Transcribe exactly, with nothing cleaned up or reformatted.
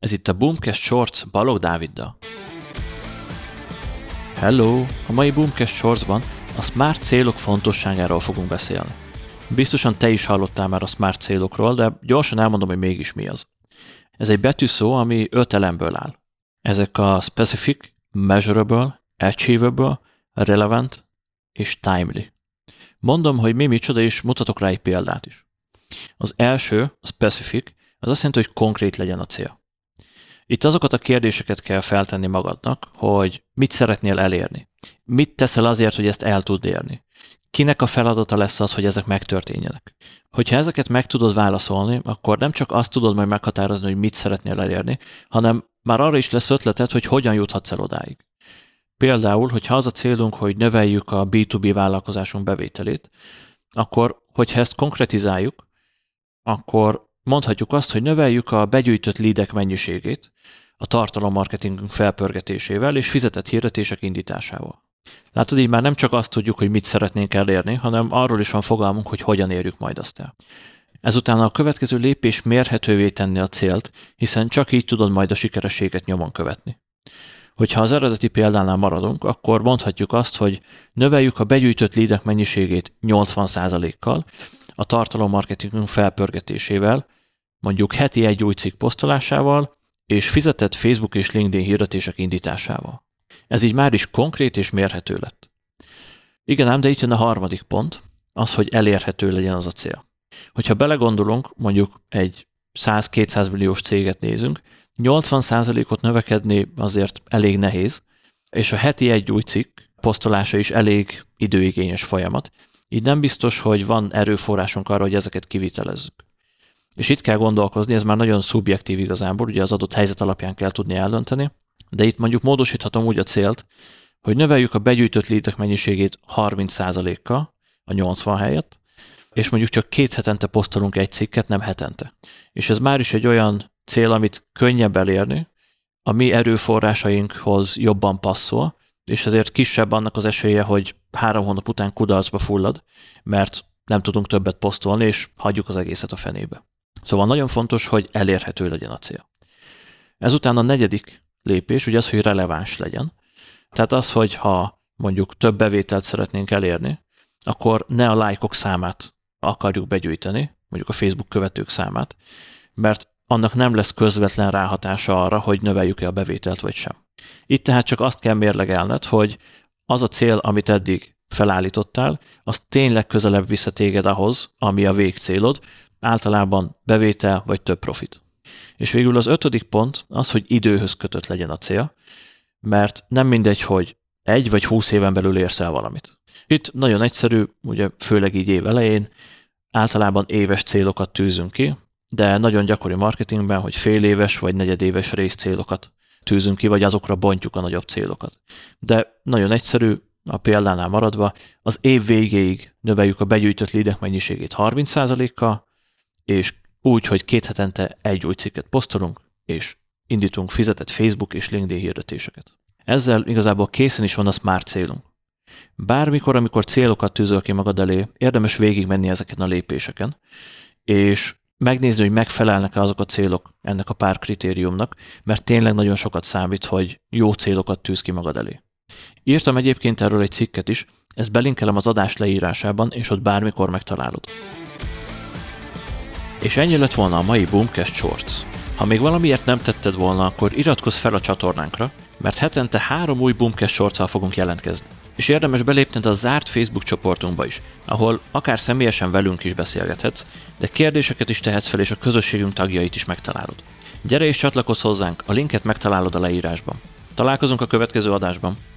Ez itt a Boomcast Shorts Balogh Dáviddal. Hello! A mai Boomcast Shortsban a smart célok fontosságáról fogunk beszélni. Biztosan te is hallottál már a smart célokról, de gyorsan elmondom, hogy mégis mi az. Ez egy betűszó, ami öt elemből áll. Ezek a specific, measurable, achievable, relevant és timely. Mondom, hogy mi micsoda, és mutatok rá egy példát is. Az első, a specific, az azt jelenti, hogy konkrét legyen a cél. Itt azokat a kérdéseket kell feltenni magadnak, hogy mit szeretnél elérni. Mit teszel azért, hogy ezt el tud érni. Kinek a feladata lesz az, hogy ezek megtörténjenek. Hogyha ezeket meg tudod válaszolni, akkor nem csak azt tudod majd meghatározni, hogy mit szeretnél elérni, hanem már arra is lesz ötleted, hogy hogyan juthatsz el odáig. Például, hogyha az a célunk, hogy növeljük a bé kettő bé vállalkozásunk bevételét, akkor, hogyha ezt konkretizáljuk, akkor mondhatjuk azt, hogy növeljük a begyűjtött leadek mennyiségét a tartalommarketingünk felpörgetésével és fizetett hirdetések indításával. Látod, így már nem csak azt tudjuk, hogy mit szeretnénk elérni, hanem arról is van fogalmunk, hogy hogyan érjük majd azt el. Ezután a következő lépés mérhetővé tenni a célt, hiszen csak így tudod majd a sikerességet nyomon követni. Hogyha az eredeti példánál maradunk, akkor mondhatjuk azt, hogy növeljük a begyűjtött leadek mennyiségét nyolcvan százalékkal, a tartalommarketingünk felpörgetésével, mondjuk heti egy új cikk posztolásával, és fizetett Facebook és LinkedIn hirdetések indításával. Ez így már is konkrét és mérhető lett. Igen ám, de itt jön a harmadik pont, az, hogy elérhető legyen az a cél. Hogyha belegondolunk, mondjuk egy száz-kétszáz milliós céget nézünk, nyolcvan százalékot növekedni azért elég nehéz, és a heti egy új cikk posztolása is elég időigényes folyamat, így nem biztos, hogy van erőforrásunk arra, hogy ezeket kivitelezzük. És itt kell gondolkozni, ez már nagyon szubjektív igazából, ugye az adott helyzet alapján kell tudni eldönteni, de itt mondjuk módosíthatom úgy a célt, hogy növeljük a begyűjtött leadek mennyiségét harminc százalékkal a nyolcvan helyett, és mondjuk csak két hetente posztolunk egy cikket, nem hetente. És ez már is egy olyan cél, amit könnyebb elérni, a mi erőforrásainkhoz jobban passzol, és ezért kisebb annak az esélye, hogy három hónap után kudarcba fullad, mert nem tudunk többet posztolni, és hagyjuk az egészet a fenébe. Szóval nagyon fontos, hogy elérhető legyen a cél. Ezután a negyedik lépés, ugye az, hogy releváns legyen. Tehát az, hogy ha mondjuk több bevételt szeretnénk elérni, akkor ne a lájkok számát akarjuk begyűjteni, mondjuk a Facebook követők számát, mert annak nem lesz közvetlen ráhatása arra, hogy növeljük-e a bevételt vagy sem. Itt tehát csak azt kell mérlegelned, hogy az a cél, amit eddig felállítottál, az tényleg közelebb vissza téged ahhoz, ami a végcélod, általában bevétel vagy több profit. És végül az ötödik pont az, hogy időhöz kötött legyen a cél, mert nem mindegy, hogy egy vagy húsz éven belül érsz el valamit. Itt nagyon egyszerű, ugye főleg így év elején, általában éves célokat tűzünk ki, de nagyon gyakori marketingben, hogy fél éves vagy negyedéves részcélokat tűzünk ki, vagy azokra bontjuk a nagyobb célokat. De nagyon egyszerű, a példánál maradva, az év végéig növeljük a begyűjtött leadek mennyiségét harminc százalékkal, és úgy, hogy két hetente egy új cikket posztolunk, és indítunk fizetett Facebook és LinkedIn hirdetéseket. Ezzel igazából készen is van a smart célunk. Bármikor, amikor célokat tűzöl ki magad elé, érdemes végigmenni ezeken a lépéseken, és megnézni, hogy megfelelnek-e azok a célok ennek a pár kritériumnak, mert tényleg nagyon sokat számít, hogy jó célokat tűz ki magad elé. Írtam egyébként erről egy cikket is, ezt belinkelem az adás leírásában, és ott bármikor megtalálod. És ennyi lett volna a mai Boomcast Shorts. Ha még valamiért nem tetted volna, akkor iratkozz fel a csatornánkra, mert hetente három új Boomcast Shortszal fogunk jelentkezni. És érdemes belépned a zárt Facebook csoportunkba is, ahol akár személyesen velünk is beszélgethetsz, de kérdéseket is tehetsz fel, és a közösségünk tagjait is megtalálod. Gyere és csatlakozz hozzánk, a linket megtalálod a leírásban. Találkozunk a következő adásban.